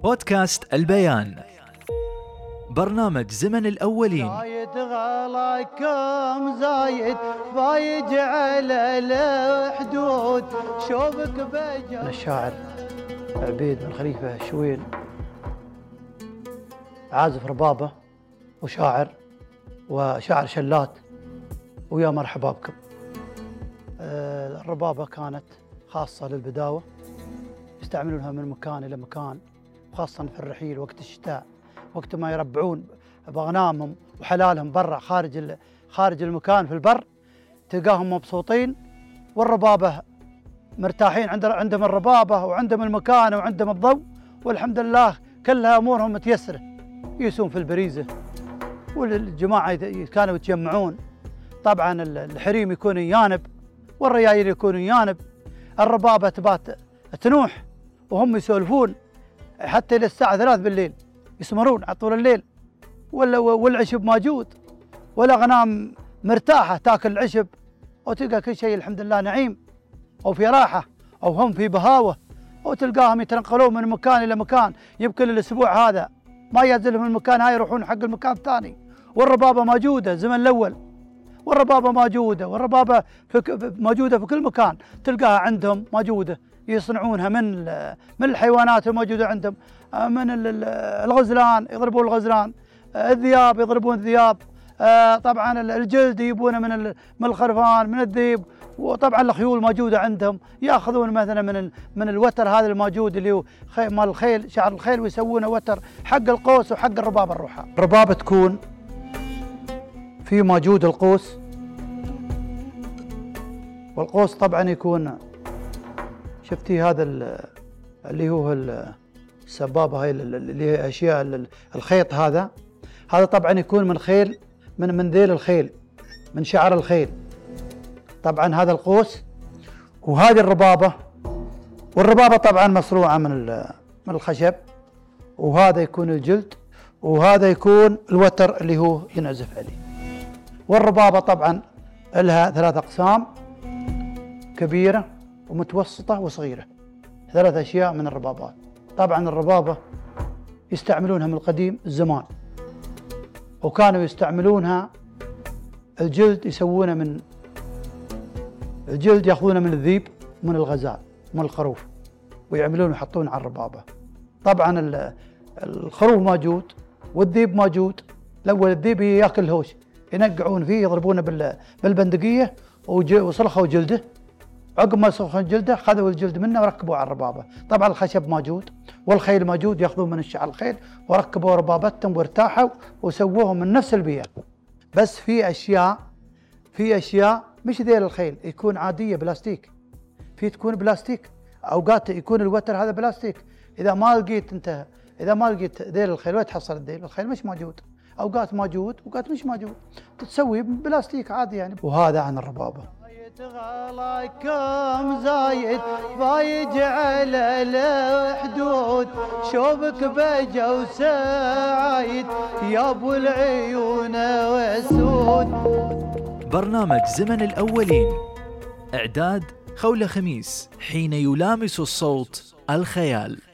بودكاست البيان، برنامج زمن الأولين. زايد غلاكم زايد فايجعل الحدود شوفك بجا. الشاعر عبيد بن خليفة الشويل، عازف ربابة وشاعر وشاعر شلات، ويا مرحبا بكم. الربابة كانت خاصة للبداوة، يستعملونها من مكان إلى مكان، وخاصة في الرحيل وقت الشتاء، وقت ما يربعون بأغنامهم وحلالهم برا خارج المكان في البر، تلقاهم مبسوطين والربابة مرتاحين، عندهم الربابة وعندهم المكان وعندهم الضوء، والحمد لله كلها أمورهم متيسرة. يسون في البريزة، والجماعة كانوا يتجمعون، طبعا الحريم يكونوا يانب والريايل يكونوا يانب، الربابة تبات تنوح وهم يسولفون حتى إلى الساعة 3 بالليل، يسمرون على طول الليل، والعشب موجود والأغنام مرتاحة تاكل العشب، وتلقى كل شيء الحمد لله نعيم وفي راحة، أو هم في بهاوة، وتلقاهم يتنقلون من مكان إلى مكان. يمكن الأسبوع هذا ما ينزلهم المكان هاي يروحون حق المكان الثاني، والربابة موجودة زمن الأول، والربابة موجودة، والربابة موجودة في كل مكان، تلقاها عندهم موجودة، يصنعونها من الحيوانات الموجودة عندهم، من الغزلان يضربون الغزلان، الذياب يضربون الذياب، طبعا الجلد يجيبونه من الخرفان من الذيب، وطبعا الخيول موجودة عندهم، ياخذون مثلا من الوتر هذا الموجود اللي هو مال الخيل، شعر الخيل، ويسوونه وتر حق القوس وحق الربابة الروحة. الربابة تكون في موجود القوس، والقوس طبعا يكون، شفتي هذا اللي هو السبابة هاي اللي هي أشياء الخيط، هذا طبعا يكون من خيل، من ذيل الخيل، من شعر الخيل، طبعا هذا القوس. وهذه الربابة، والربابة طبعا مصنوعة من الخشب، وهذا يكون الجلد، وهذا يكون الوتر اللي هو ينعزف عليه. والربابة طبعا لها 3 أقسام، كبيرة ومتوسطة وصغيرة، 3 أشياء من الربابات. طبعا الربابة يستعملونها من القديم الزمان، وكانوا يستعملونها الجلد، يسوونه من الجلد، يأخذونه من الذيب ومن الغزال ومن الخروف، ويعملونه ويحطونه على الربابة. طبعا الخروف موجود والذيب موجود. الأول الذيب يأكل الهوش، ينقعون فيه، يضربونه بالبندقية وصلخوا جلده، عقب ما صلخوا جلده خذوا الجلد منه وركبوه على الربابة. طبعا الخشب موجود والخيل موجود، يأخذون من الشعر الخيل وركبوا ربابتهم وارتاحوا وسووهم من نفس البيئة. بس في أشياء مش ذيل الخيل، يكون عادية بلاستيك، في تكون بلاستيك، أوقات يكون الوتر هذا بلاستيك. إذا ما لقيت ذيل الخيل، وين تحصل الذيل؟ الخيل مش موجود، أوقات موجود أوقات مش موجود، تسوي بلاستيك عادي يعني. وهذا عن الربابة. غلاكم زايد فايجعل الحدود شوفك بجا وسعيد يا ابو العيون والسود. برنامج زمن الأولين، إعداد خولة خميس، حين يلامس الصوت الخيال.